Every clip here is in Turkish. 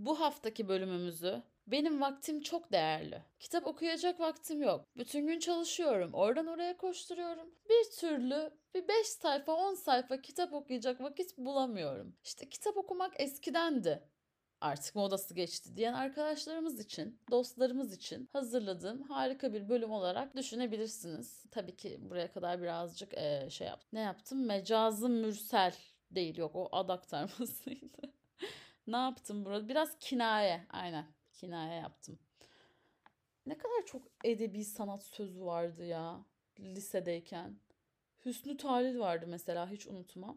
Bu haftaki bölümümüzü benim vaktim çok değerli. Kitap okuyacak vaktim yok. Bütün gün çalışıyorum. Oradan oraya koşturuyorum. Bir türlü bir 5 sayfa 10 sayfa kitap okuyacak vakit bulamıyorum. İşte kitap okumak eskidendi. Artık modası geçti diyen arkadaşlarımız için, dostlarımız için hazırladığım harika bir bölüm olarak düşünebilirsiniz. Tabii ki buraya kadar birazcık şey yaptım. Ne yaptım? Mecazı mürsel değil, yok o ad aktarmasıydı. Ne yaptım burada? Biraz kinaye. Aynen. Kinaye yaptım. Ne kadar çok edebi sanat sözü vardı ya lisedeyken. Hüsnü Talil vardı mesela, hiç unutmam.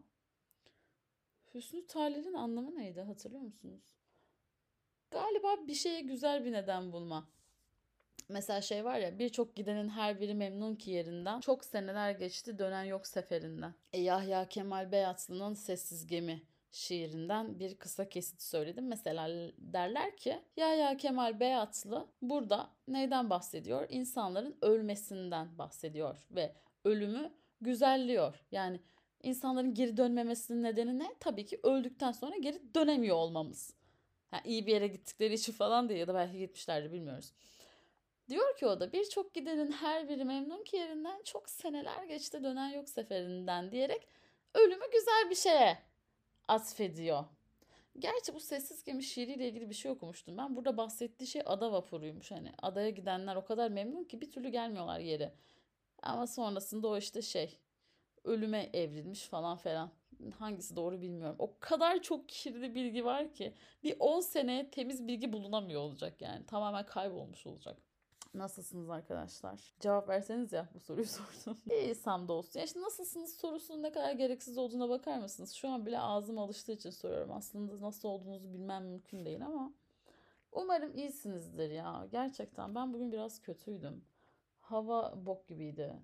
Hüsnü Talil'in anlamı neydi, hatırlıyor musunuz? Galiba bir şeye güzel bir neden bulma. Mesela şey var ya, birçok gidenin her biri memnun ki yerinden. Çok seneler geçti dönen yok seferinden. Yahya Kemal Beyatlı'nın Sessiz Gemi şiirinden bir kısa kesit söyledim. Mesela derler ki Yahya Kemal Beyatlı burada neyden bahsediyor? İnsanların ölmesinden bahsediyor ve ölümü güzelliyor. Yani insanların geri dönmemesinin nedeni ne? Tabii ki öldükten sonra geri dönemiyor olmamız. Ha, iyi bir yere gittikleri için falan değil, ya da belki gitmişlerdir, bilmiyoruz. Diyor ki o da birçok gidenin her biri memnun ki yerinden, çok seneler geçti dönen yok seferinden diyerek ölümü güzel bir şeye atfediyor. Gerçi bu Sessiz Gemi şiiriyle ilgili bir şey okumuştum. Ben burada bahsettiği şey ada vapuruymuş. Hani adaya gidenler o kadar memnun ki bir türlü gelmiyorlar geri. Ama sonrasında o işte şey, ölüme evrilmiş falan filan. Hangisi doğru bilmiyorum. O kadar çok kirli bilgi var ki bir 10 seneye temiz bilgi bulunamıyor olacak yani. Tamamen kaybolmuş olacak. Nasılsınız arkadaşlar? Cevap verseniz ya, bu soruyu sordum. İyiysem olsun. Ya işte nasılsınız sorusunun ne kadar gereksiz olduğuna bakar mısınız? Şu an bile ağzım alıştığı için soruyorum. Aslında nasıl olduğunuzu bilmem mümkün değil ama umarım iyisinizdir ya. Gerçekten ben bugün biraz kötüydüm. Hava bok gibiydi.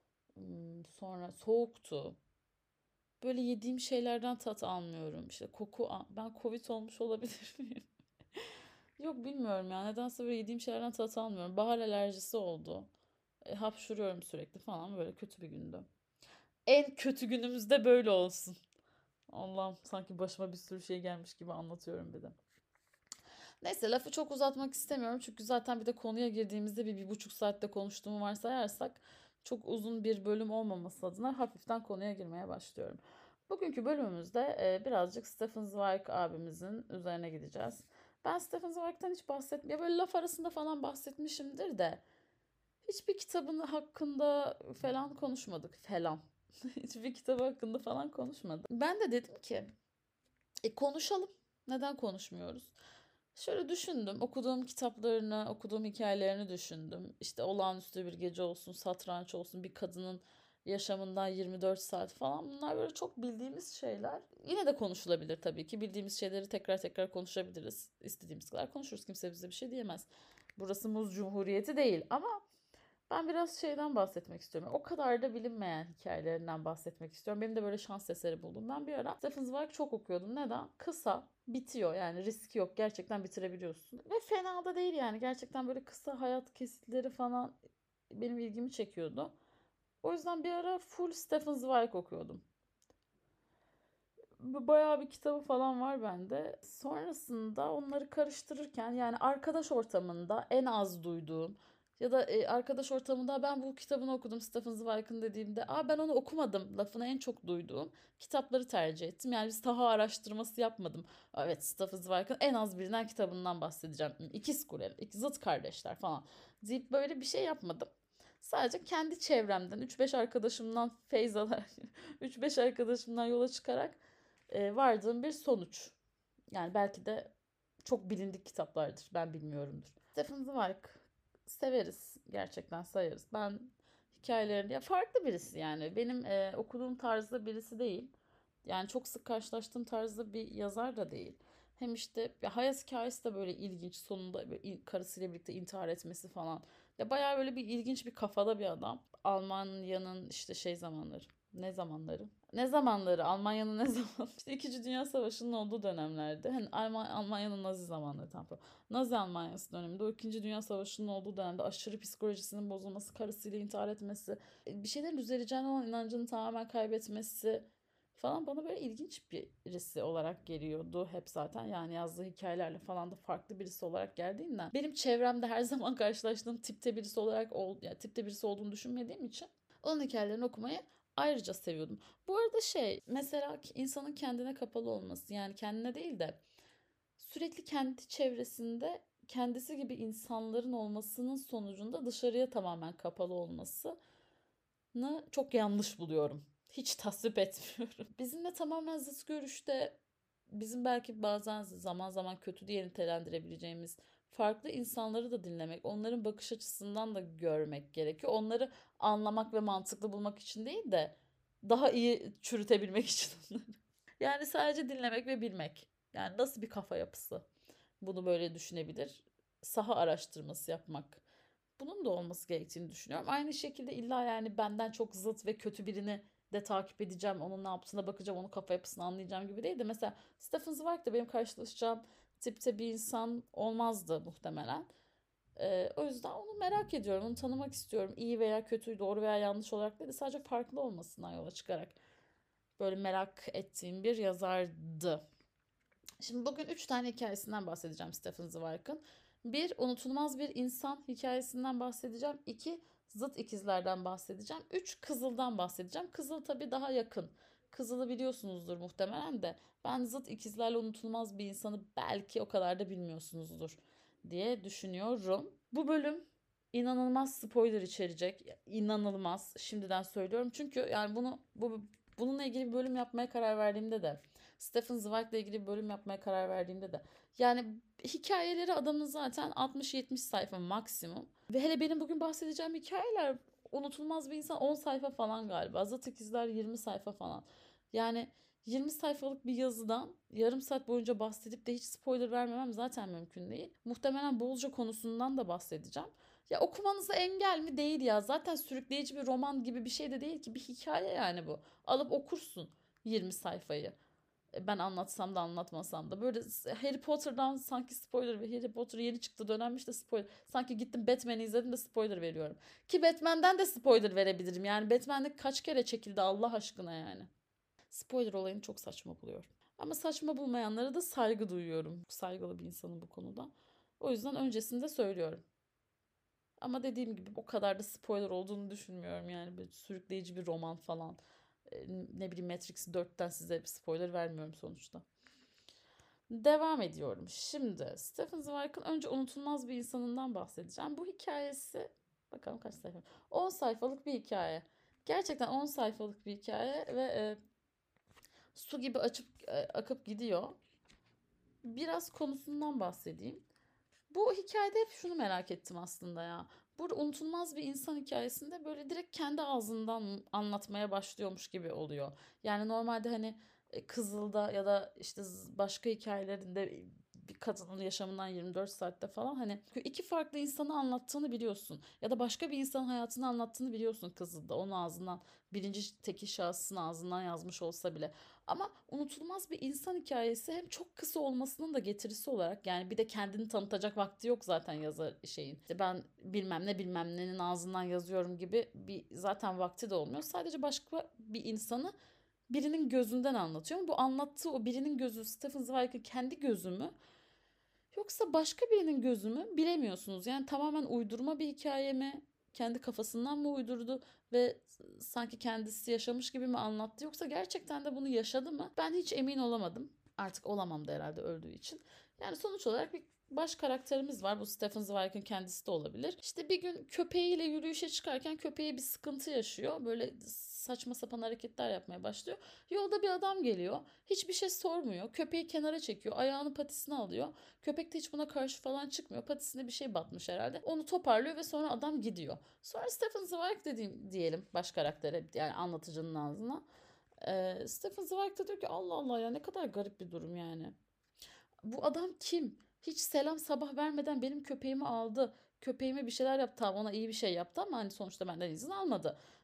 Sonra soğuktu. Böyle yediğim şeylerden tat almıyorum. İşte ben Covid olmuş olabilir miyim? Yok, bilmiyorum ya. Nedense böyle yediğim şeylerden tat almıyorum. Bahar alerjisi oldu. Hapşuruyorum sürekli falan, böyle kötü bir gündü. En kötü günümüzde böyle olsun. Allah'ım, sanki başıma bir sürü şey gelmiş gibi anlatıyorum bir de. Neyse, lafı çok uzatmak istemiyorum. Çünkü zaten bir de konuya girdiğimizde bir buçuk saatte konuştuğumu varsayarsak çok uzun bir bölüm olmaması adına hafiften konuya girmeye başlıyorum. Bugünkü bölümümüzde birazcık Stephen Zweig abimizin üzerine gideceğiz. Ben Stephen Zweig'den hiç bahsetmiyorum. Böyle laf arasında falan bahsetmişimdir de hiçbir kitabın hakkında falan konuşmadık falan. Hiçbir kitabı hakkında falan konuşmadık. Ben de dedim ki konuşalım. Neden konuşmuyoruz? Şöyle düşündüm. Okuduğum kitaplarını, okuduğum hikayelerini düşündüm. İşte Olağanüstü Bir Gece olsun, Satranç olsun, bir kadının yaşamından 24 saat falan. Bunlar böyle çok bildiğimiz şeyler. Yine de konuşulabilir tabii ki. Bildiğimiz şeyleri tekrar tekrar konuşabiliriz. İstediğimiz kadar konuşuruz. Kimse bize bir şey diyemez. Burası Muz Cumhuriyeti değil ama ben biraz şeyden bahsetmek istiyorum. O kadar da bilinmeyen hikayelerinden bahsetmek istiyorum. Benim de böyle şans eseri buldum. Ben bir ara Stephen Zweig çok okuyordum. Neden? Kısa, bitiyor yani, riski yok. Gerçekten bitirebiliyorsun. Ve fena da değil yani. Gerçekten böyle kısa hayat kesitleri falan benim ilgimi çekiyordu. O yüzden bir ara full Stephen Zweig okuyordum. Bayağı bir kitabı falan var bende. Sonrasında onları karıştırırken, yani arkadaş ortamında en az duyduğum ya da arkadaş ortamında ben bu kitabını okudum Stephen Zweig'ın dediğimde, ben onu okumadım lafını en çok duyduğum kitapları tercih ettim. Yani bir saha araştırması yapmadım. Evet, Stephen Zweig'ın en az bilinen kitabından bahsedeceğim. İkiz Kuleli, Zıt Kardeşler falan deyip böyle bir şey yapmadım. Sadece kendi çevremden 3-5 arkadaşımdan feyz alarak 3-5 arkadaşımdan yola çıkarak vardığım bir sonuç. Yani belki de çok bilindik kitaplardır. Ben bilmiyorumdur. Stephen Zweig severiz. Gerçekten sayarız. Ben hikayelerini... Ya farklı birisi yani. Benim okuduğum tarzda birisi değil. Yani çok sık karşılaştığım tarzda bir yazar da değil. Hem işte ya hayat hikayesi de böyle ilginç. Sonunda böyle karısıyla birlikte intihar etmesi falan. Ya bayağı böyle bir ilginç bir kafada bir adam. Almanya'nın işte şey zamanları. Ne zamanları? Ne zamanları? Almanya'nın ne zaman? İşte İkinci Dünya Savaşı'nın olduğu dönemlerde. Hani Almanya'nın Nazi zamanları tam. Nazi Almanya'sı döneminde, o İkinci Dünya Savaşı'nın olduğu dönemde aşırı psikolojisinin bozulması, karısıyla intihar etmesi, bir şeylerin düzeleceğine olan inancını tamamen kaybetmesi falan bana böyle ilginç birisi olarak geliyordu hep zaten. Yani yazdığı hikayelerle falan da farklı birisi olarak geldiğinden. Benim çevremde her zaman karşılaştığım tipte birisi olarak yani tipte birisi olduğunu düşünmediğim için onun hikayelerini okumayı ayrıca seviyordum. Bu arada mesela insanın kendine kapalı olması, yani kendine değil de sürekli kendi çevresinde kendisi gibi insanların olmasının sonucunda dışarıya tamamen kapalı olmasını çok yanlış buluyorum. Hiç tasvip etmiyorum. Bizimle tamamen zıt görüşte, bizim belki bazen zaman zaman kötü diye nitelendirebileceğimiz farklı insanları da dinlemek, onların bakış açısından da görmek gerekiyor. Onları anlamak ve mantıklı bulmak için değil de daha iyi çürütebilmek için onları. Yani sadece dinlemek ve bilmek. Yani nasıl bir kafa yapısı bunu böyle düşünebilir? Saha araştırması yapmak. Bunun da olması gerektiğini düşünüyorum. Aynı şekilde illa yani benden çok zıt ve kötü birini de takip edeceğim. Onun ne yaptığına bakacağım. Onun kafa yapısını anlayacağım gibi değil de. Mesela Stephen Zweig de benim karşılaşacağım tipte bir insan olmazdı muhtemelen. O yüzden onu merak ediyorum. Onu tanımak istiyorum. İyi veya kötü, doğru veya yanlış olarak değil de sadece farklı olmasından yola çıkarak böyle merak ettiğim bir yazardı. Şimdi bugün 3 tane hikayesinden bahsedeceğim Stephen Zweig'ın. Bir, unutulmaz bir insan hikayesinden bahsedeceğim. İki, zıt ikizlerden bahsedeceğim. Üç, Kızıl'dan bahsedeceğim. Kızıl tabii daha yakın. Kızıl'ı biliyorsunuzdur muhtemelen de. Ben zıt ikizlerle unutulmaz bir insanı belki o kadar da bilmiyorsunuzdur diye düşünüyorum. Bu bölüm inanılmaz spoiler içerecek. İnanılmaz. Şimdiden söylüyorum. Çünkü yani bununla ilgili bir bölüm yapmaya karar verdiğimde de Stephen Zweig'la ilgili bir bölüm yapmaya karar verdiğimde de yani hikayeleri adamın zaten 60-70 sayfa maksimum. Ve hele benim bugün bahsedeceğim hikayeler unutulmaz bir insan 10 sayfa falan galiba. Zat ikizler 20 sayfa falan. Yani 20 sayfalık bir yazıdan yarım saat boyunca bahsedip de hiç spoiler vermemem zaten mümkün değil. Muhtemelen bolca konusundan da bahsedeceğim. Ya okumanıza engel mi? Değil ya. Zaten sürükleyici bir roman gibi bir şey de değil ki. Bir hikaye yani bu. Alıp okursun 20 sayfayı. Ben anlatsam da anlatmasam da. Böyle Harry Potter'dan sanki spoiler ve Harry Potter yeni çıktı dönemmiş de spoiler. Sanki gittim Batman'i izledim de spoiler veriyorum. Ki Batman'den de spoiler verebilirim. Yani Batman'de kaç kere çekildi Allah aşkına yani. Spoiler olayını çok saçma buluyorum. Ama saçma bulmayanlara da saygı duyuyorum. Saygılı bir insanım bu konuda. O yüzden öncesinde söylüyorum. Ama dediğim gibi o kadar da spoiler olduğunu düşünmüyorum. Yani böyle sürükleyici bir roman falan. Ne bileyim Matrix 4'ten size bir spoiler vermiyorum sonuçta. Devam ediyorum. Şimdi Stephen Zweig'ın önce unutulmaz bir insanından bahsedeceğim. Bu hikayesi bakalım kaç sayfa? 10 sayfalık bir hikaye. Gerçekten 10 sayfalık bir hikaye ve su gibi akıp gidiyor. Biraz konusundan bahsedeyim. Bu hikayede hep şunu merak ettim aslında ya. Burada unutulmaz bir insan hikayesinde böyle direkt kendi ağzından anlatmaya başlıyormuş gibi oluyor. Yani normalde hani Kızıl'da ya da işte başka hikayelerinde bir kadının yaşamından 24 saatte falan hani iki farklı insanı anlattığını biliyorsun. Ya da başka bir insanın hayatını anlattığını biliyorsun Kızıl'da. Onun ağzından birinci tekil şahsın ağzından yazmış olsa bile. Ama unutulmaz bir insan hikayesi hem çok kısa olmasının da getirisi olarak yani bir de kendini tanıtacak vakti yok zaten yazar şeyin. İşte ben bilmem ne bilmem nenin ağzından yazıyorum gibi bir zaten vakti de olmuyor. Sadece başka bir insanı birinin gözünden anlatıyor. Ama bu anlattığı o birinin gözü Stephen Zweig'ın kendi gözü mü? Yoksa başka birinin gözü mü? Bilemiyorsunuz. Yani tamamen uydurma bir hikaye mi? Kendi kafasından mı uydurdu ve sanki kendisi yaşamış gibi mi anlattı? Yoksa gerçekten de bunu yaşadı mı? Ben hiç emin olamadım. Artık olamam da herhalde öldüğü için. Yani sonuç olarak bir baş karakterimiz var. Bu Stephen Zweig'ın kendisi de olabilir. İşte bir gün köpeğiyle yürüyüşe çıkarken köpeği bir sıkıntı yaşıyor. Böyle saçma sapan hareketler yapmaya başlıyor. Yolda bir adam geliyor. Hiçbir şey sormuyor. Köpeği kenara çekiyor. Ayağını patisine alıyor. Köpek de hiç buna karşı falan çıkmıyor. Patisine bir şey batmış herhalde. Onu toparlıyor ve sonra adam gidiyor. Sonra Stephen Zweig diyelim baş karaktere yani anlatıcının ağzına. Stephen Zweig de diyor ki Allah Allah ya ne kadar garip bir durum yani. Bu adam kim? Hiç selam sabah vermeden benim köpeğimi aldı. Köpeğime bir şeyler yaptı. Tamam ona iyi bir şey yaptı ama hani sonuçta benden izin almadı.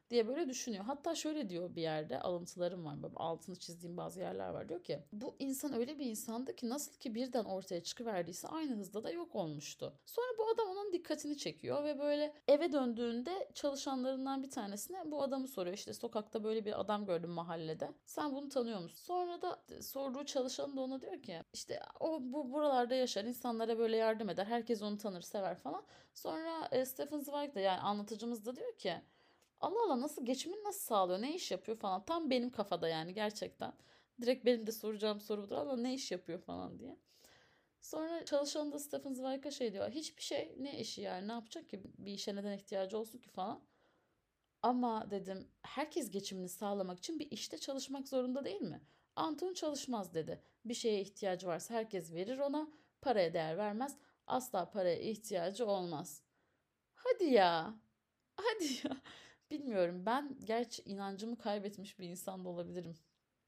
diye böyle düşünüyor. Hatta şöyle diyor, bir yerde alıntılarım var. Böyle altını çizdiğim bazı yerler var. Diyor ki bu insan öyle bir insandı ki nasıl ki birden ortaya çıkıverdiyse aynı hızda da yok olmuştu. Sonra bu adam onun dikkatini çekiyor ve böyle eve döndüğünde çalışanlarından bir tanesine bu adamı soruyor. İşte sokakta böyle bir adam gördüm mahallede. Sen bunu tanıyor musun? Sonra da sorduğu çalışan da ona diyor ki işte o bu buralarda yaşar, insanlara böyle yardım eder. Herkes onu tanır, sever falan. Sonra Stephen Zweig da, yani anlatıcımız da diyor ki Allah Allah, nasıl geçimini nasıl sağlıyor, ne iş yapıyor falan. Tam benim kafada yani, gerçekten. Direkt benim de soracağım soru budur, ama ne iş yapıyor falan diye. Sonra çalışan da Stephen Zweig'a şey diyor. Hiçbir şey, ne işi yani, ne yapacak ki, bir işe neden ihtiyacı olsun ki falan. Ama dedim, herkes geçimini sağlamak için bir işte çalışmak zorunda değil mi? Anton çalışmaz dedi. Bir şeye ihtiyacı varsa herkes verir ona. Paraya değer vermez. Asla paraya ihtiyacı olmaz. Hadi ya. Hadi ya. Bilmiyorum, ben gerçi inancımı kaybetmiş bir insan da olabilirim.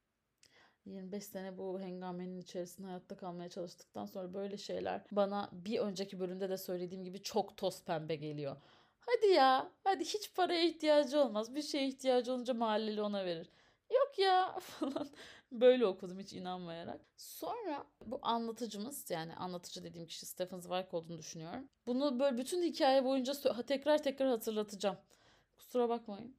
25 sene bu hengamenin içerisinde hayatta kalmaya çalıştıktan sonra böyle şeyler bana bir önceki bölümde de söylediğim gibi çok toz pembe geliyor. Hadi ya, hadi hiç paraya ihtiyacı olmaz. Bir şeye ihtiyacı olunca mahalleli ona verir. Yok ya falan. Böyle okudum hiç inanmayarak. Sonra bu anlatıcımız, yani anlatıcı dediğim kişi Stephen Zweig olduğunu düşünüyorum. Bunu böyle bütün hikaye boyunca tekrar tekrar hatırlatacağım. Kusura bakmayın.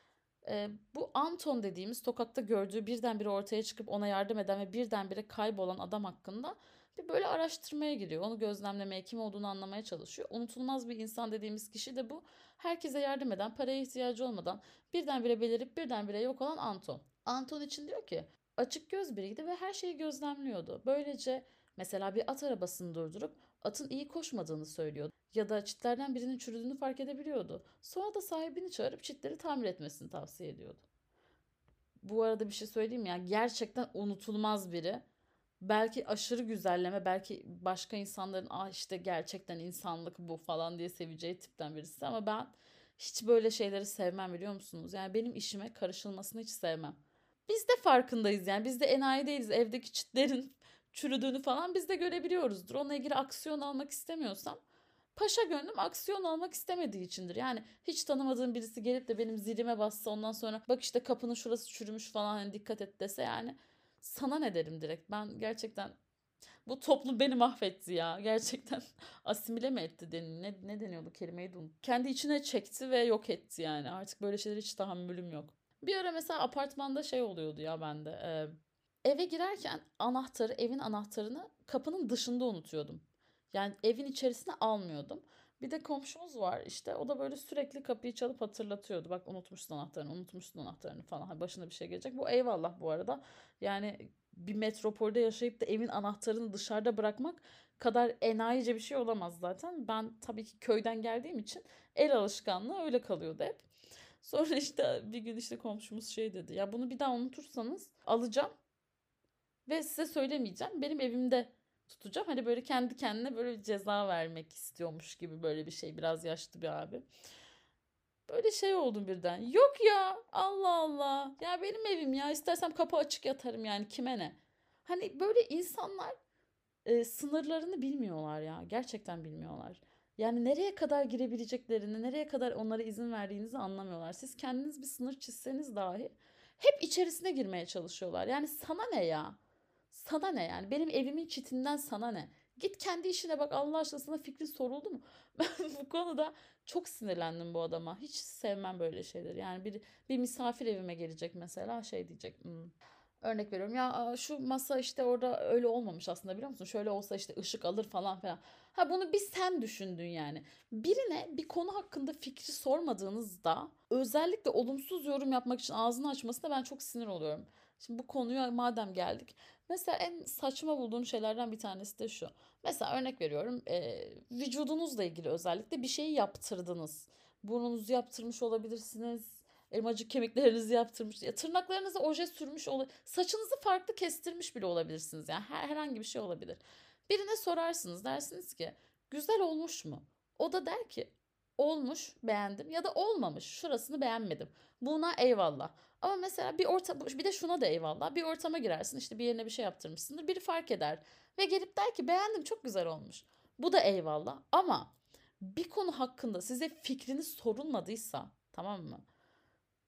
Bu Anton dediğimiz sokakta gördüğü, birdenbire ortaya çıkıp ona yardım eden ve birdenbire kaybolan adam hakkında bir böyle araştırmaya giriyor. Onu gözlemlemeye, kim olduğunu anlamaya çalışıyor. Unutulmaz bir insan dediğimiz kişi de bu. Herkese yardım eden, paraya ihtiyacı olmadan birdenbire belirip birdenbire yok olan Anton. Anton için diyor ki açık göz biriydi ve her şeyi gözlemliyordu. Böylece mesela bir at arabasını durdurup atın iyi koşmadığını söylüyordu. Ya da çitlerden birinin çürüdüğünü fark edebiliyordu. Sonra da sahibini çağırıp çitleri tamir etmesini tavsiye ediyordu. Bu arada bir şey söyleyeyim ya, gerçekten unutulmaz biri. Belki aşırı güzelleme, belki başka insanların işte gerçekten insanlık bu falan diye seveceği tipten birisi, ama ben hiç böyle şeyleri sevmem, biliyor musunuz? Yani benim işime karışılmasını hiç sevmem. Biz de farkındayız yani, biz de enayi değiliz. Evdeki çitlerin çürüdüğünü falan biz de görebiliyoruzdur. Onunla ilgili aksiyon almak istemiyorsam paşa gönlüm aksiyon almak istemediği içindir. Yani hiç tanımadığım birisi gelip de benim zilime bassa, ondan sonra bak işte kapının şurası çürümüş falan, hani dikkat et dese, yani sana ne derim direkt. Ben gerçekten bu toplum beni mahvetti ya. Gerçekten asimile mi etti ne deniyordu, kelimeyi de unuttum. Kendi içine çekti ve yok etti yani. Artık böyle şeyler hiç tahammülüm yok. Bir ara mesela apartmanda şey oluyordu ya bende. Eve girerken evin anahtarını kapının dışında unutuyordum. Yani evin içerisine almıyordum. Bir de komşumuz var işte, o da böyle sürekli kapıyı çalıp hatırlatıyordu. Bak unutmuşsun anahtarını, unutmuşsun anahtarını falan. Hani başına bir şey gelecek. Bu eyvallah bu arada. Yani bir metropolde yaşayıp da evin anahtarını dışarıda bırakmak kadar enayice bir şey olamaz zaten. Ben tabii ki köyden geldiğim için el alışkanlığı öyle kalıyordu hep. Sonra işte bir gün işte komşumuz şey dedi. Ya bunu bir daha unutursanız alacağım ve size söylemeyeceğim. Benim evimde tutacağım. Hani böyle kendi kendine böyle bir ceza vermek istiyormuş gibi, böyle bir şey. Biraz yaşlı bir abi. Böyle şey oldum birden. Yok ya, Allah Allah. Ya benim evim ya. İstersem kapı açık yatarım, yani kime ne? Hani böyle insanlar sınırlarını bilmiyorlar ya. Gerçekten bilmiyorlar. Yani nereye kadar girebileceklerini, nereye kadar onlara izin verdiğinizi anlamıyorlar. Siz kendiniz bir sınır çizseniz dahi hep içerisine girmeye çalışıyorlar. Yani sana ne ya? Sana ne yani? Benim evimin çitinden sana ne? Git kendi işine bak Allah aşkına, sana fikrin soruldu mu? Ben bu konuda çok sinirlendim bu adama. Hiç sevmem böyle şeyleri. Yani bir misafir evime gelecek mesela, şey diyecek. Örnek veriyorum ya, şu masa işte orada öyle olmamış aslında, biliyor musun? Şöyle olsa işte ışık alır falan filan. Ha, bunu bir sen düşündün yani. Birine bir konu hakkında fikri sormadığınızda özellikle olumsuz yorum yapmak için ağzını açmasına ben çok sinir oluyorum. Şimdi bu konuya madem geldik. Mesela en saçma bulduğum şeylerden bir tanesi de şu. Mesela örnek veriyorum, vücudunuzla ilgili özellikle bir şeyi yaptırdınız. Burnunuzu yaptırmış olabilirsiniz. Elmacık kemiklerinizi yaptırmış. Ya, tırnaklarınıza oje sürmüş olabilir. Saçınızı farklı kestirmiş bile olabilirsiniz. Yani herhangi bir şey olabilir. Birine sorarsınız, dersiniz ki güzel olmuş mu? O da der ki olmuş, beğendim, ya da olmamış, şurasını beğenmedim. Buna eyvallah. Ama mesela bir de şuna da eyvallah. Bir ortama girersin, işte bir yerine bir şey yaptırmışsındır. Biri fark eder ve gelip der ki beğendim, çok güzel olmuş. Bu da eyvallah. Ama bir konu hakkında size fikriniz sorulmadıysa, tamam mı?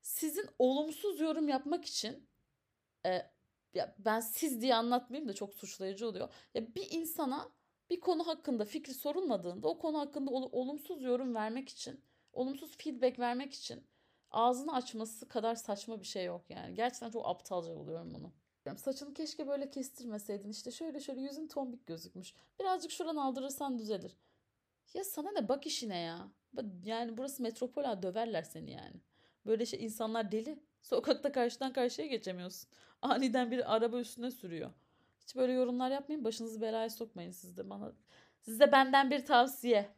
Sizin olumsuz yorum yapmak için e, ya ben siz diye anlatmayayım da çok suçlayıcı oluyor. Ya bir insana bir konu hakkında fikri sorulmadığında o konu hakkında olumsuz yorum vermek için, olumsuz feedback vermek için ağzını açması kadar saçma bir şey yok yani. Gerçekten çok aptalca buluyorum bunu. Saçını keşke böyle kestirmeseydin. İşte şöyle şöyle yüzün tombik gözükmüş. Birazcık şuradan aldırırsan düzelir. Ya sana ne, bak işine ya. Yani burası metropol ha, döverler seni yani. Böyle şey, insanlar deli. Sokakta karşıdan karşıya geçemiyorsun. Aniden bir araba üstüne sürüyor. Hiç böyle yorumlar yapmayın, başınızı belaya sokmayın siz de bana. Size benden bir tavsiye.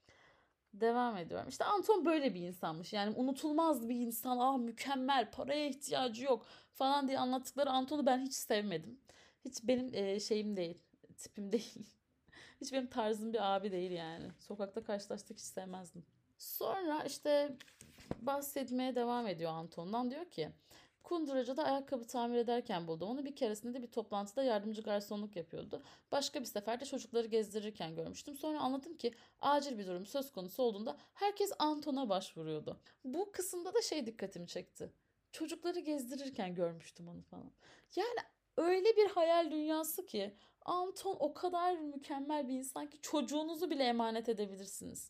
Devam ediyorum. İşte Anton böyle bir insanmış. Yani unutulmaz bir insan. Ah mükemmel, paraya ihtiyacı yok falan diye anlattıkları Anton'u ben hiç sevmedim. Hiç benim şeyim değil, tipim değil. Hiç benim tarzım bir abi değil yani. Sokakta karşılaştık hiç sevmezdim. Sonra işte bahsetmeye devam ediyor Anton'dan. Diyor ki Kunduracı'da ayakkabı tamir ederken buldum. Onu bir keresinde de bir toplantıda yardımcı garsonluk yapıyordu. Başka bir seferde çocukları gezdirirken görmüştüm. Sonra anladım ki acil bir durum söz konusu olduğunda herkes Anton'a başvuruyordu. Bu kısımda da şey dikkatimi çekti. Çocukları gezdirirken görmüştüm onu falan. Yani öyle bir hayal dünyası ki Anton o kadar mükemmel bir insan ki çocuğunuzu bile emanet edebilirsiniz.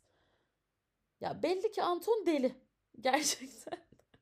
Ya belli ki Anton deli. Gerçekten.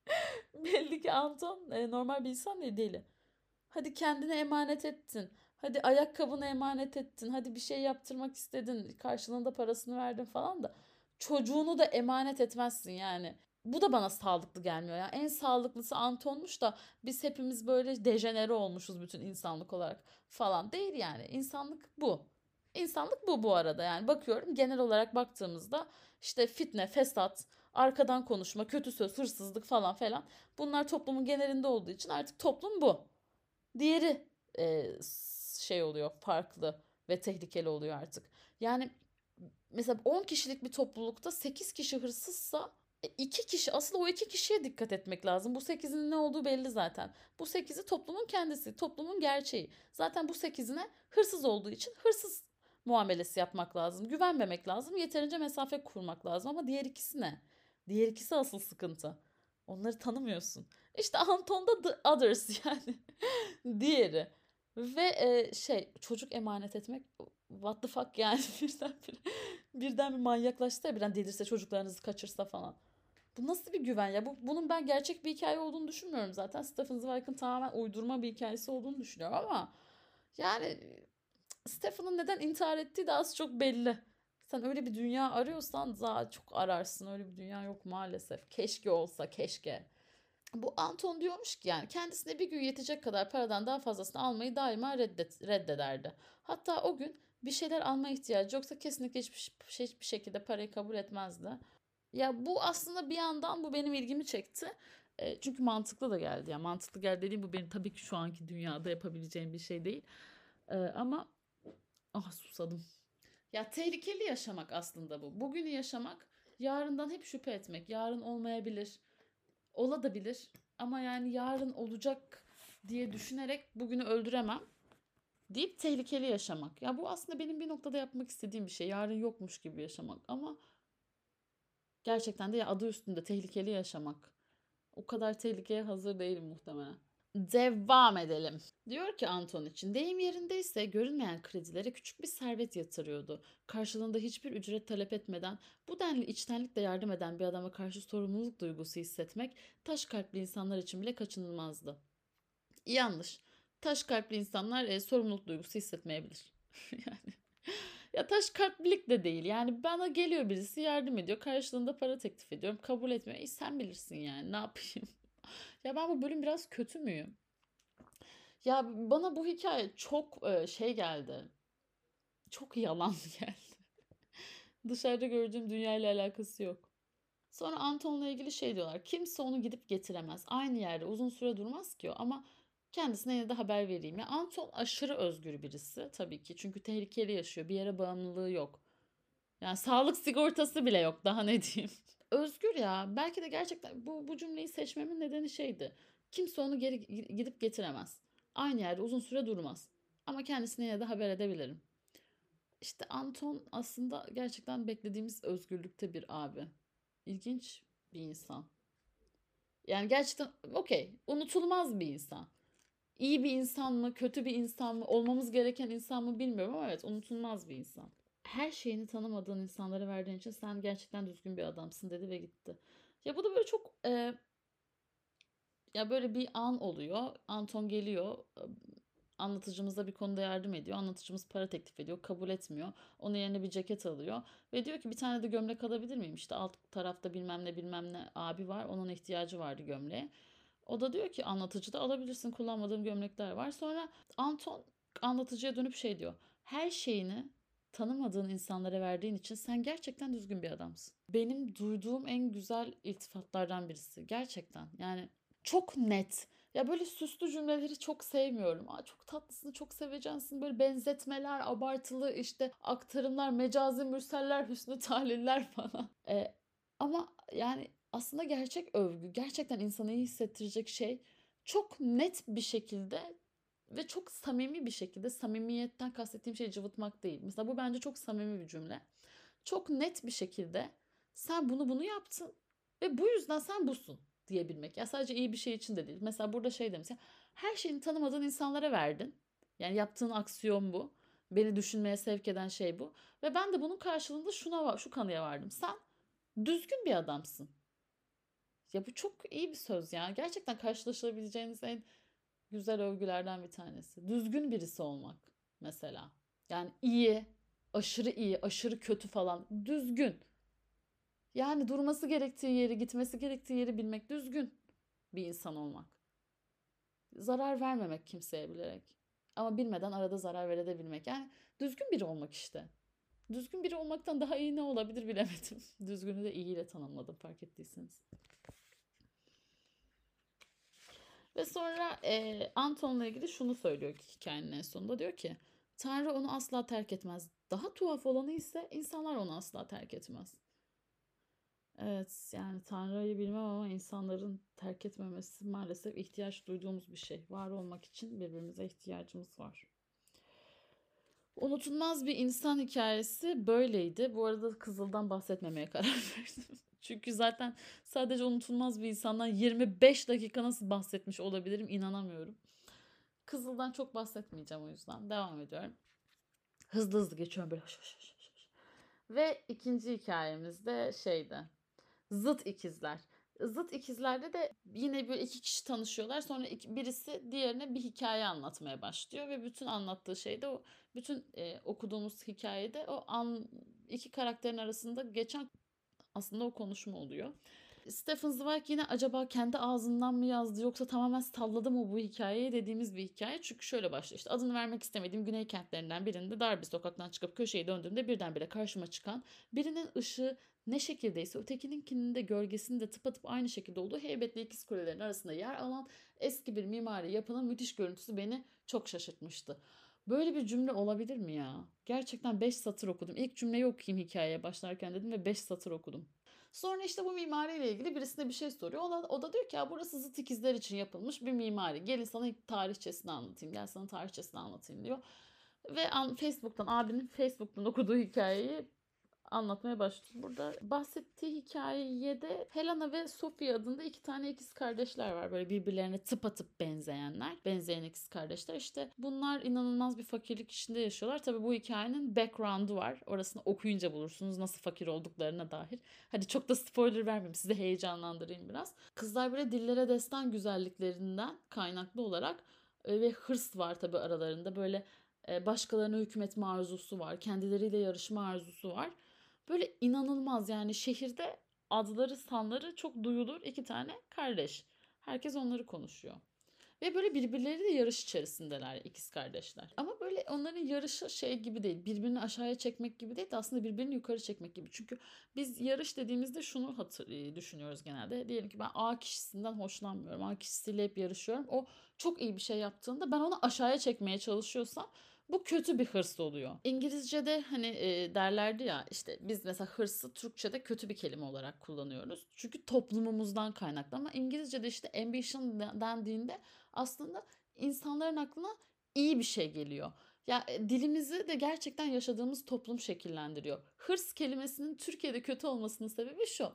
Belli ki Anton normal bir insan değil, deli. Hadi kendine emanet ettin. Hadi ayakkabını emanet ettin. Hadi bir şey yaptırmak istedin. Karşılığında parasını verdin falan da. Çocuğunu da emanet etmezsin yani. Bu da bana sağlıklı gelmiyor. Yani en sağlıklısı Anton'muş da biz hepimiz böyle dejenere olmuşuz bütün insanlık olarak falan. Değil yani. İnsanlık bu. İnsanlık bu arada yani. Bakıyorum genel olarak baktığımızda işte fitne, fesat, arkadan konuşma, kötü söz, hırsızlık falan falan. Bunlar toplumun genelinde olduğu için artık toplum bu. Diğeri e, şey oluyor, farklı ve tehlikeli oluyor artık. Yani mesela 10 kişilik bir toplulukta 8 kişi hırsızsa 2 kişi, asıl o 2 kişiye dikkat etmek lazım. Bu sekizinin ne olduğu belli zaten. Bu sekizi toplumun kendisi, toplumun gerçeği. Zaten bu sekizine hırsız olduğu için hırsız muamelesi yapmak lazım. Güvenmemek lazım. Yeterince mesafe kurmak lazım. Ama diğer ikisi ne? Diğer ikisi asıl sıkıntı. Onları tanımıyorsun. İşte Anton'da the others yani. Diğeri. Ve şey, çocuk emanet etmek, what the fuck yani, birden bir manyaklaşsa ya, birden delirse, çocuklarınızı kaçırsa falan. Bu nasıl bir güven ya? Bunun ben gerçek bir hikaye olduğunu düşünmüyorum zaten. Stephen Zweig'ın tamamen uydurma bir hikayesi olduğunu düşünüyorum ama yani Stephen'ın neden intihar ettiği de az çok belli. Sen öyle bir dünya arıyorsan daha çok ararsın. Öyle bir dünya yok maalesef. Keşke olsa, keşke. Bu Anton diyormuş ki yani kendisine bir gün yetecek kadar paradan daha fazlasını almayı daima reddederdi. Hatta o gün bir şeyler alma ihtiyacı yoksa kesinlikle hiçbir şekilde parayı kabul etmezdi. Ya bu aslında bir yandan bu benim ilgimi çekti. Çünkü mantıklı da geldi. Yani mantıklı geldi dediğim, bu benim tabii ki şu anki dünyada yapabileceğim bir şey değil. Ama susadım. Ya tehlikeli yaşamak aslında bu. Bugünü yaşamak, yarından hep şüphe etmek. Yarın olmayabilir. Ola da bilir ama yani yarın olacak diye düşünerek bugünü öldüremem deyip tehlikeli yaşamak. Ya bu aslında benim bir noktada yapmak istediğim bir şey. Yarın yokmuş gibi yaşamak ama gerçekten de ya adı üstünde tehlikeli yaşamak. O kadar tehlikeye hazır değilim muhtemelen. Devam edelim. Diyor ki Anton için deyim yerindeyse görünmeyen kredilere küçük bir servet yatırıyordu. Karşılığında hiçbir ücret talep etmeden bu denli içtenlikle yardım eden bir adama karşı sorumluluk duygusu hissetmek taş kalpli insanlar için bile kaçınılmazdı. Yanlış. Taş kalpli insanlar sorumluluk duygusu hissetmeyebilir. Yani ya taş kalplilik de değil. Yani bana geliyor birisi yardım ediyor. Karşılığında para teklif ediyorum. Kabul etmiyor. Sen bilirsin yani. Ne yapayım? Ya ben bu bölüm biraz kötü müyüm? Ya bana bu hikaye çok şey geldi. Çok yalan geldi. Dışarıda gördüğüm dünyayla alakası yok. Sonra Anton'la ilgili şey diyorlar. Kimse onu gidip getiremez. Aynı yerde uzun süre durmaz ki o, ama kendisine yine de haber vereyim. Ya Anton aşırı özgür birisi tabii ki. Çünkü tehlikeli yaşıyor. Bir yere bağımlılığı yok. Yani sağlık sigortası bile yok. Daha ne diyeyim. Özgür ya. Belki de gerçekten bu cümleyi seçmemin nedeni şeydi. Kimse onu geri gidip getiremez. Aynı yerde uzun süre durmaz. Ama kendisine yine de haber edebilirim. İşte Anton aslında gerçekten beklediğimiz özgürlükte bir abi. İlginç bir insan. Yani gerçekten okey, unutulmaz bir insan. İyi bir insan mı, kötü bir insan mı, olmamız gereken insan mı bilmiyorum ama evet, unutulmaz bir insan. Her şeyini tanımadığın insanlara verdiğin için sen gerçekten düzgün bir adamsın dedi ve gitti. Ya bu da böyle çok ya böyle bir an oluyor. Anton geliyor. Anlatıcımız da bir konuda yardım ediyor. Anlatıcımız para teklif ediyor. Kabul etmiyor. Onun yerine bir ceket alıyor. Ve diyor ki bir tane de gömlek alabilir miyim? İşte alt tarafta bilmem ne bilmem ne abi var. Onun ihtiyacı vardı gömleğe. O da diyor ki anlatıcı da alabilirsin. Kullanmadığım gömlekler var. Sonra Anton anlatıcıya dönüp şey diyor. Her şeyini tanımadığın insanlara verdiğin için sen gerçekten düzgün bir adamsın. Benim duyduğum en güzel iltifatlardan birisi. Gerçekten. Yani çok net. Ya böyle süslü cümleleri çok sevmiyorum. Aa, çok tatlısın, çok sevecensin. Böyle benzetmeler, abartılı işte aktarımlar, mecazi mürseller, hüsnü tahliller falan. Ama yani aslında gerçek övgü, gerçekten insanı iyi hissettirecek şey çok net bir şekilde ve çok samimi bir şekilde, samimiyetten kastettiğim şey cıvıtmak değil. Mesela bu bence çok samimi bir cümle. Çok net bir şekilde sen bunu yaptın ve bu yüzden sen busun diyebilmek. Ya sadece iyi bir şey için de değil. Mesela burada şey demiş ya, her şeyini tanımadığın insanlara verdin. Yani yaptığın aksiyon bu. Beni düşünmeye sevk eden şey bu. Ve ben de bunun karşılığında şu kanıya vardım. Sen düzgün bir adamsın. Ya bu çok iyi bir söz ya. Gerçekten karşılaşabileceğiniz en güzel övgülerden bir tanesi. Düzgün birisi olmak mesela. Yani iyi, aşırı kötü falan. Düzgün. Yani durması gerektiği yeri, gitmesi gerektiği yeri bilmek, düzgün bir insan olmak. Zarar vermemek kimseye bilerek. Ama bilmeden arada zarar verebilmek. Yani düzgün biri olmak işte. Düzgün biri olmaktan daha iyi ne olabilir bilemedim. Düzgünü de iyiyle tanımladım fark ettiyseniz. Ve sonra Anton'la ilgili şunu söylüyor ki hikayenin en sonunda. Diyor ki Tanrı onu asla terk etmez. Daha tuhaf olanı ise insanlar onu asla terk etmez. Evet, yani Tanrı'yı bilmem ama insanların terk etmemesi maalesef ihtiyaç duyduğumuz bir şey. Var olmak için birbirimize ihtiyacımız var. Unutulmaz bir insan hikayesi böyleydi. Bu arada Kızıl'dan bahsetmemeye karar verdim. Çünkü zaten sadece unutulmaz bir insandan 25 dakika nasıl bahsetmiş olabilirim inanamıyorum. Kızıl'dan çok bahsetmeyeceğim o yüzden. Devam ediyorum. Hızlı hızlı geçiyorum böyle. Ve ikinci hikayemiz de şeydi. Zıt ikizler. Zıt ikizlerde de yine böyle iki kişi tanışıyorlar. Sonra birisi diğerine bir hikaye anlatmaya başlıyor ve bütün anlattığı şey de o bütün okuduğumuz hikayede iki karakterin arasında geçen aslında o konuşma oluyor. Stephen Zweig yine acaba kendi ağzından mı yazdı yoksa tamamen salladı mı bu hikayeyi dediğimiz bir hikaye. Çünkü şöyle başlıyor işte adını vermek istemediğim güney kentlerinden birinde dar bir sokaktan çıkıp köşeyi döndüğümde birdenbire karşıma çıkan birinin ışığı ne şekildeyse ötekininkinin de gölgesinin de tıpatıp aynı şekilde olduğu heybetli ikiz kulelerin arasında yer alan eski bir mimari yapının müthiş görüntüsü beni çok şaşırtmıştı. Böyle bir cümle olabilir mi ya? Gerçekten 5 satır okudum. İlk cümleyi okuyayım hikayeye başlarken dedim ve 5 satır okudum. Sonra işte bu mimariyle ilgili birisine bir şey soruyor. O da diyor ki ya burası zıt ikizler için yapılmış bir mimari. Gelin sana tarihçesini anlatayım. Gel sana tarihçesini anlatayım diyor. Ve abinin Facebook'tan okuduğu hikayeyi anlatmaya başlıyor. Burada bahsettiği hikayede de Helena ve Sophie adında iki tane ikiz kardeşler var. Böyle birbirlerine tıpatıp benzeyenler. Benzeyen ikiz kardeşler. İşte bunlar inanılmaz bir fakirlik içinde yaşıyorlar. Tabii bu hikayenin background'u var. Orasını okuyunca bulursunuz nasıl fakir olduklarına dair. Hadi çok da spoiler vermeyeyim. Sizi heyecanlandırayım biraz. Kızlar böyle dillere destan güzelliklerinden kaynaklı olarak ve hırs var tabii aralarında. Böyle başkalarına hükmetme arzusu var. Kendileriyle yarışma arzusu var. Böyle inanılmaz yani şehirde adları sanları çok duyulur iki tane kardeş. Herkes onları konuşuyor. Ve böyle birbirleriyle yarış içerisindeler ikiz kardeşler. Ama böyle onların yarışı şey gibi değil. Birbirini aşağıya çekmek gibi değil de aslında birbirini yukarı çekmek gibi. Çünkü biz yarış dediğimizde şunu düşünüyoruz genelde. Diyelim ki ben A kişisinden hoşlanmıyorum. A kişisiyle hep yarışıyorum. O çok iyi bir şey yaptığında ben onu aşağıya çekmeye çalışıyorsam bu kötü bir hırs oluyor. İngilizce'de hani derlerdi ya işte biz mesela hırsı Türkçe'de kötü bir kelime olarak kullanıyoruz. Çünkü toplumumuzdan kaynaklı ama İngilizce'de işte ambition dendiğinde aslında insanların aklına iyi bir şey geliyor. Ya dilimizi de gerçekten yaşadığımız toplum şekillendiriyor. Hırs kelimesinin Türkiye'de kötü olmasının sebebi şu.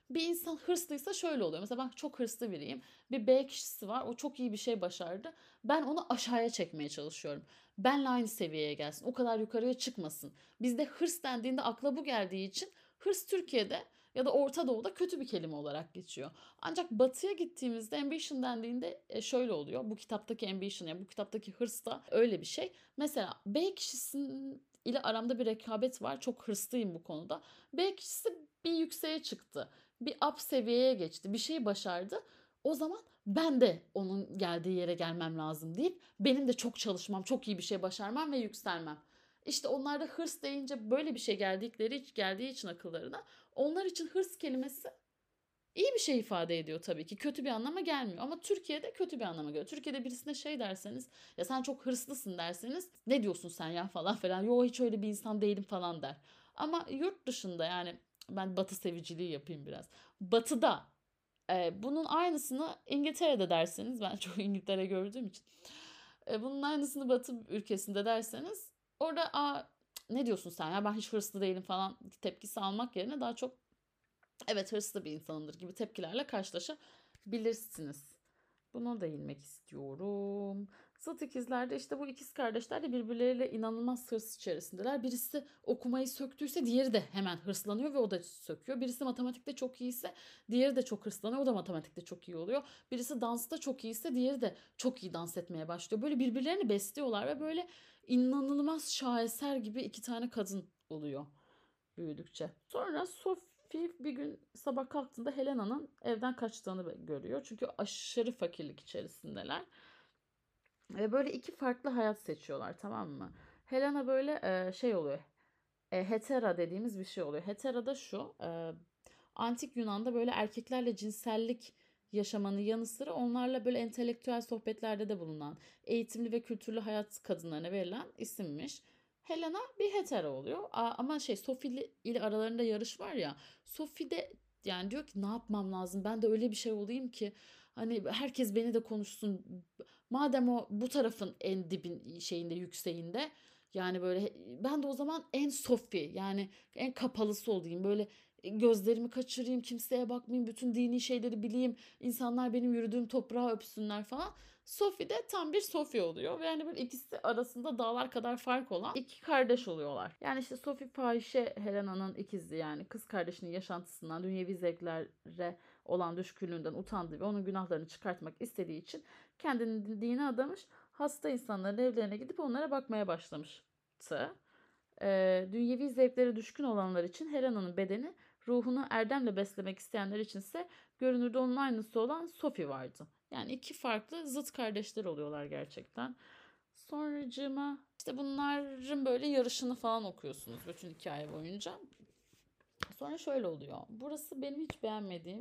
Bir insan hırslıysa şöyle oluyor. Mesela ben çok hırslı biriyim. Bir B kişisi var. O çok iyi bir şey başardı. Ben onu aşağıya çekmeye çalışıyorum. Benle aynı seviyeye gelsin. O kadar yukarıya çıkmasın. Bizde hırs dendiğinde akla bu geldiği için hırs Türkiye'de ya da Orta Doğu'da kötü bir kelime olarak geçiyor. Ancak Batı'ya gittiğimizde ambition dendiğinde şöyle oluyor. Bu kitaptaki ambition, yani bu kitaptaki hırs da öyle bir şey. Mesela B kişisinin ile aramda bir rekabet var. Çok hırslıyım bu konuda. B kişisi bir yükseğe çıktı. Bir up seviyeye geçti. Bir şey başardı. O zaman ben de onun geldiği yere gelmem lazım deyip benim de çok çalışmam, çok iyi bir şey başarmam ve yükselmem. İşte onlarda hırs deyince böyle bir şey geldiği için akıllarına, onlar için hırs kelimesi iyi bir şey ifade ediyor tabii ki. Kötü bir anlama gelmiyor ama Türkiye'de kötü bir anlama geliyor. Türkiye'de birisine şey derseniz, ya sen çok hırslısın derseniz, ne diyorsun sen ya falan filan. Yo, hiç öyle bir insan değilim falan der. Ama yurt dışında, yani ben batı seviciliği yapayım biraz. Batı'da bunun aynısını İngiltere'de derseniz, ben çok İngiltere gördüğüm için. Bunun aynısını Batı ülkesinde derseniz, orada ne diyorsun sen ya, ben hiç hırslı değilim falan tepkisi almak yerine daha çok evet hırslı bir insanımdır gibi tepkilerle karşılaşabilirsiniz. Buna değinmek istiyorum. Zıt ikizlerde işte bu ikiz kardeşler de birbirleriyle inanılmaz hırs içerisindeler. Birisi okumayı söktüyse diğeri de hemen hırslanıyor ve o da söküyor. Birisi matematikte çok iyiyse diğeri de çok hırslanıyor. O da matematikte çok iyi oluyor. Birisi dansta çok iyiyse diğeri de çok iyi dans etmeye başlıyor. Böyle birbirlerini besliyorlar ve böyle inanılmaz şaheser gibi iki tane kadın oluyor büyüdükçe. Sonra Sophie bir gün sabah kalktığında Helena'nın evden kaçtığını görüyor. Çünkü aşırı fakirlik içerisindeler. Ve böyle iki farklı hayat seçiyorlar, tamam mı? Helena böyle şey oluyor. Hetera dediğimiz bir şey oluyor. Hetera da şu. Antik Yunan'da böyle erkeklerle cinsellik yaşamanın yanı sıra onlarla böyle entelektüel sohbetlerde de bulunan, eğitimli ve kültürlü hayat kadınlarına verilen isimmiş. Helena bir hetero oluyor. Ama şey, Sophie ile aralarında yarış var ya. Sophie de yani diyor ki ne yapmam lazım? Ben de öyle bir şey olayım ki hani herkes beni de konuşsun. Madem o bu tarafın en dibin şeyinde, yükseğinde, yani böyle ben de o zaman en Sophie, yani en kapalısı olayım. Böyle gözlerimi kaçırayım, kimseye bakmayayım, bütün dini şeyleri bileyim, insanlar benim yürüdüğüm toprağı öpsünler falan. Sophie de tam bir Sophie oluyor ve yani böyle ikisi arasında dağlar kadar fark olan iki kardeş oluyorlar. Yani işte Sophie fahişe Helena'nın ikizi, yani kız kardeşinin yaşantısından, dünyevi zevklere olan düşkünlüğünden utandığı ve onun günahlarını çıkartmak istediği için kendini dine adamış, hasta insanların evlerine gidip onlara bakmaya başlamıştı. Dünyevi zevklere düşkün olanlar için Helena'nın bedeni, ruhunu erdemle beslemek isteyenler içinse görünürde onun aynısı olan Sophie vardı. Yani iki farklı zıt kardeşler oluyorlar gerçekten. Sonracığıma işte bunların böyle yarışını falan okuyorsunuz bütün hikaye boyunca. Sonra şöyle oluyor. Burası benim hiç beğenmediğim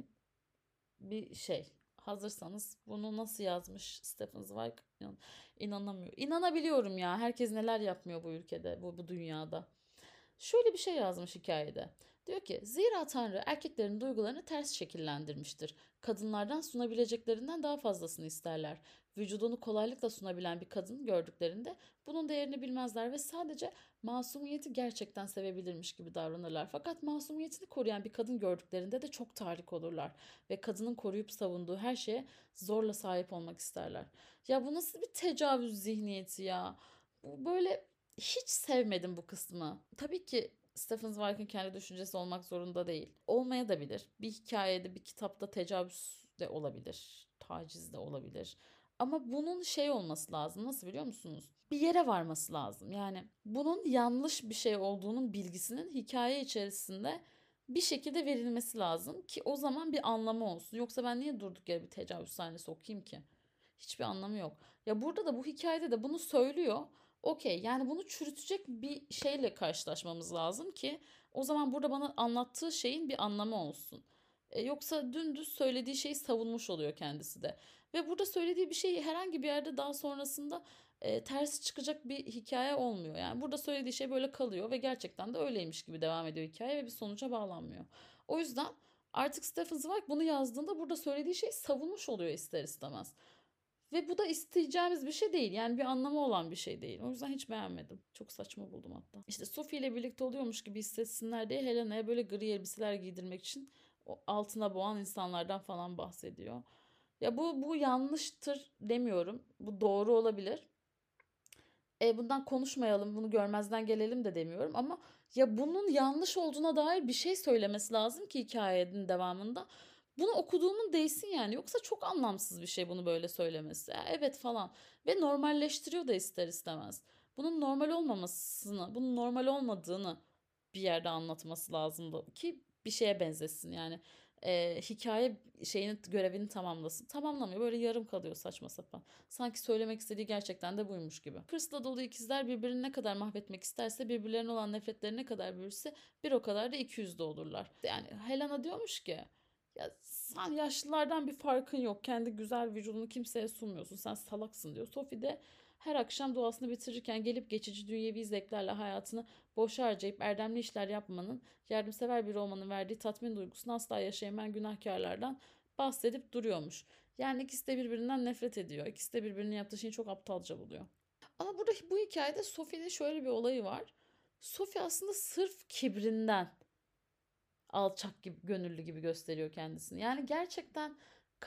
bir şey. Hazırsanız bunu nasıl yazmış Stephen Zweig, inanamıyorum. İnanabiliyorum ya. Herkes neler yapmıyor bu ülkede, bu dünyada. Şöyle bir şey yazmış hikayede. Diyor ki, zira Tanrı erkeklerin duygularını ters şekillendirmiştir. Kadınlardan sunabileceklerinden daha fazlasını isterler. Vücudunu kolaylıkla sunabilen bir kadın gördüklerinde bunun değerini bilmezler ve sadece masumiyeti gerçekten sevebilirmiş gibi davranırlar. Fakat masumiyetini koruyan bir kadın gördüklerinde de çok tahrik olurlar ve kadının koruyup savunduğu her şeye zorla sahip olmak isterler. Ya bu nasıl bir tecavüz zihniyeti ya? Bu böyle, hiç sevmedim bu kısmı. Tabii ki Stephen Zweig'in kendi düşüncesi olmak zorunda değil. Olmaya da bilir. Bir hikayede, bir kitapta tecavüz de olabilir. Taciz de olabilir. Ama bunun şey olması lazım. Nasıl, biliyor musunuz? Bir yere varması lazım. Yani bunun yanlış bir şey olduğunun bilgisinin hikaye içerisinde bir şekilde verilmesi lazım ki o zaman bir anlamı olsun. Yoksa ben niye durduk yere bir tecavüz sahnesi okuyayım ki? Hiçbir anlamı yok. Ya burada da, bu hikayede de bunu söylüyor. Okey, yani bunu çürütecek bir şeyle karşılaşmamız lazım ki o zaman burada bana anlattığı şeyin bir anlamı olsun. Yoksa dümdüz söylediği şeyi savunmuş oluyor kendisi de. Ve burada söylediği bir şey herhangi bir yerde daha sonrasında tersi çıkacak bir hikaye olmuyor. Yani burada söylediği şey böyle kalıyor ve gerçekten de öyleymiş gibi devam ediyor hikaye ve bir sonuca bağlanmıyor. O yüzden artık Stephen Zweig bunu yazdığında burada söylediği şeyi savunmuş oluyor ister istemez. Ve bu da isteyeceğimiz bir şey değil. Yani bir anlamı olan bir şey değil. O yüzden hiç beğenmedim. Çok saçma buldum hatta. İşte Sophie ile birlikte oluyormuş gibi hissetsinler diye Helena'ya böyle gri elbiseler giydirmek için o altına boğan insanlardan falan bahsediyor. Ya bu yanlıştır demiyorum. Bu doğru olabilir. Bundan konuşmayalım, bunu görmezden gelelim de demiyorum ama ya bunun yanlış olduğuna dair bir şey söylemesi lazım ki hikayenin devamında. Bunu okuduğumun değsin yani. Yoksa çok anlamsız bir şey bunu böyle söylemesi. Ya evet falan. Ve normalleştiriyor da ister istemez. Bunun normal olmamasını, bunun normal olmadığını bir yerde anlatması lazımdı ki bir şeye benzesin. Yani hikaye şeyini görevini tamamlasın. Tamamlamıyor. Böyle yarım kalıyor saçma sapan. Sanki söylemek istediği gerçekten de buymuş gibi. Hırsla dolu ikizler birbirini ne kadar mahvetmek isterse, birbirlerine olan nefretleri ne kadar büyürse bir o kadar da ikiyüzlü olurlar. Yani Helena diyormuş ki ya sen yaşlılardan bir farkın yok. Kendi güzel vücudunu kimseye sunmuyorsun. Sen salaksın diyor. Sophie de her akşam duasını bitirirken gelip geçici dünyevi zevklerle hayatını boşa harcayıp erdemli işler yapmanın, yardımsever biri olmanın verdiği tatmin duygusunu asla yaşayamayan günahkarlardan bahsedip duruyormuş. Yani ikisi de birbirinden nefret ediyor. İkisi de birbirinin yaptığı şeyi çok aptalca buluyor. Ama burada bu hikayede Sophie'nin şöyle bir olayı var. Sophie aslında sırf kibrinden alçak gibi, gönüllü gibi gösteriyor kendisini. Yani gerçekten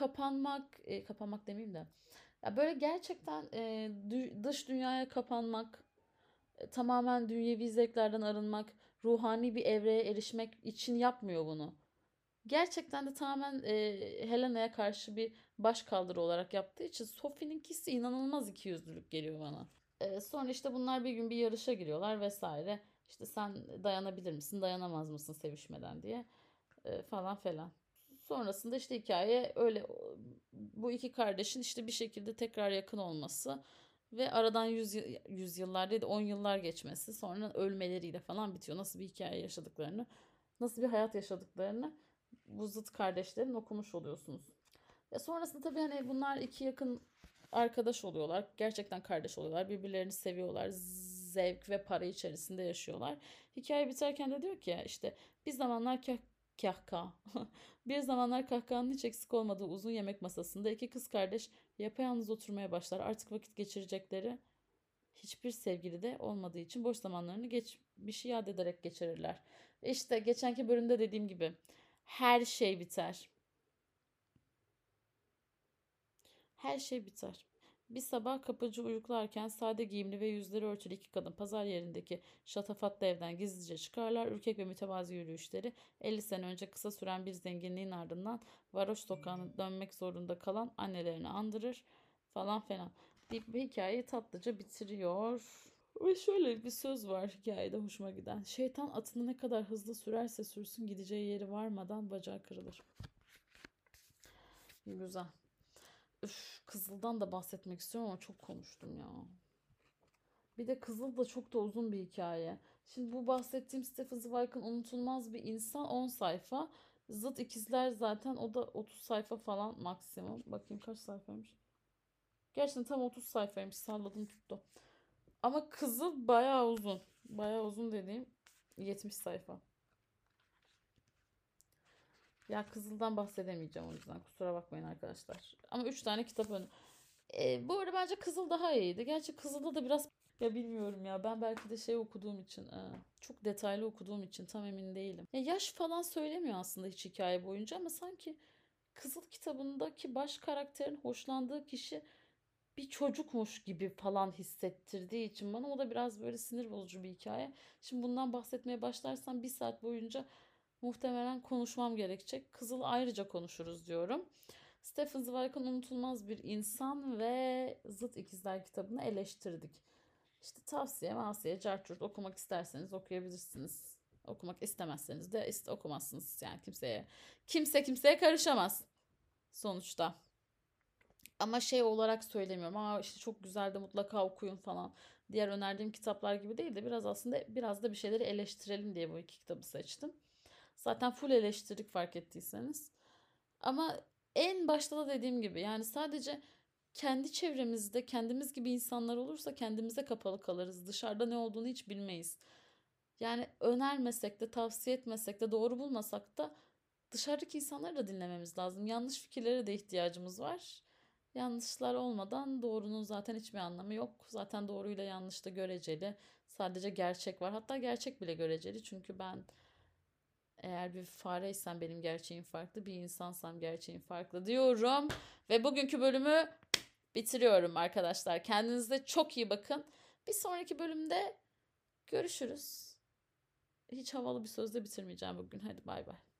kapanmak demeyeyim de. Ya böyle gerçekten dış dünyaya kapanmak, tamamen dünyevi zevklerden arınmak, ruhani bir evreye erişmek için yapmıyor bunu. Gerçekten de tamamen Helena'ya karşı bir başkaldırı olarak yaptığı için Sophie'ninkisi inanılmaz ikiyüzlülük geliyor bana. Sonra işte bunlar bir gün bir yarışa giriyorlar vesaire. İşte sen dayanabilir misin, dayanamaz mısın sevişmeden diye falan filan. Sonrasında işte hikaye öyle bu iki kardeşin işte bir şekilde tekrar yakın olması ve aradan 100 yıllar değil de 10 yıllar geçmesi, sonra ölmeleriyle falan bitiyor. Nasıl bir hikaye yaşadıklarını, nasıl bir hayat yaşadıklarını bu zıt kardeşlerin okumuş oluyorsunuz. Sonrasında tabii hani bunlar iki yakın arkadaş oluyorlar. Gerçekten kardeş oluyorlar. Birbirlerini seviyorlar. Zevk ve para içerisinde yaşıyorlar. Hikaye biterken de diyor ki işte bir zamanlar kahkaha. Bir zamanlar kahkahanın hiç eksik olmadığı uzun yemek masasında iki kız kardeş yapayalnız oturmaya başlar. Artık vakit geçirecekleri hiçbir sevgili de olmadığı için boş zamanlarını bir şey yad ederek geçirirler. İşte geçenki bölümde dediğim gibi her şey biter. Her şey biter. Bir sabah kapıcı uyuklarken sade giyimli ve yüzleri örtülü iki kadın pazar yerindeki şatafatlı evden gizlice çıkarlar. Ürkek ve mütevazi yürüyüşleri 50 sene önce kısa süren bir zenginliğin ardından varoş sokağına dönmek zorunda kalan annelerini andırır falan filan. Bir hikayeyi tatlıca bitiriyor. Ve şöyle bir söz var hikayede hoşuma giden. Şeytan atını ne kadar hızlı sürerse sürsün gideceği yeri varmadan bacağı kırılır. Güzel. Üf, Kızıl'dan da bahsetmek istiyorum ama çok konuştum ya. Bir de Kızıl da çok da uzun bir hikaye. Şimdi bu bahsettiğim Stephen Zweig'ın Unutulmaz Bir İnsan 10 sayfa. Zıt İkizler zaten o da 30 sayfa falan maksimum. Bakayım kaç sayfaymış. Gerçekten tam 30 sayfaymış. Salladım tuttu. Ama Kızıl bayağı uzun. Bayağı uzun dediğim 70 sayfa. Ya Kızıl'dan bahsedemeyeceğim o yüzden kusura bakmayın arkadaşlar. Ama 3 tane kitap bu arada bence Kızıl daha iyiydi. Gerçi Kızıl'da da biraz ya bilmiyorum ya ben belki de şey okuduğum için çok detaylı okuduğum için tam emin değilim. Ya yaş falan söylemiyor aslında hiç hikaye boyunca ama sanki Kızıl kitabındaki baş karakterin hoşlandığı kişi bir çocukmuş gibi falan hissettirdiği için bana o da biraz böyle sinir bozucu bir hikaye. Şimdi bundan bahsetmeye başlarsam bir saat boyunca muhtemelen konuşmam gerekecek. Kızıl ayrıca konuşuruz diyorum. Stephen Zweig'ın Unutulmaz Bir İnsan ve Zıt İkizler kitabını eleştirdik. İşte tavsiye, carçurt okumak isterseniz okuyabilirsiniz. Okumak istemezseniz de okumazsınız. Yani kimseye karışamaz sonuçta. Ama şey olarak söylemiyorum. Ama işte çok güzel de mutlaka okuyun falan. Diğer önerdiğim kitaplar gibi değil de biraz da bir şeyleri eleştirelim diye bu iki kitabı seçtim. Zaten full eleştirdik fark ettiyseniz. Ama en başta da dediğim gibi yani sadece kendi çevremizde kendimiz gibi insanlar olursa kendimize kapalı kalırız. Dışarıda ne olduğunu hiç bilmeyiz. Yani önermesek de tavsiye etmesek de doğru bulmasak da dışarıdaki insanları da dinlememiz lazım. Yanlış fikirlere de ihtiyacımız var. Yanlışlar olmadan doğrunun zaten hiçbir anlamı yok. Zaten doğruyla yanlış da göreceli. Sadece gerçek var. Hatta gerçek bile göreceli. Çünkü ben Eğer bir fareysem benim gerçeğim farklı, bir insansam gerçeğim farklı diyorum. Ve bugünkü bölümü bitiriyorum arkadaşlar. Kendinize çok iyi bakın. Bir sonraki bölümde görüşürüz. Hiç havalı bir sözle bitirmeyeceğim bugün. Hadi bay bay.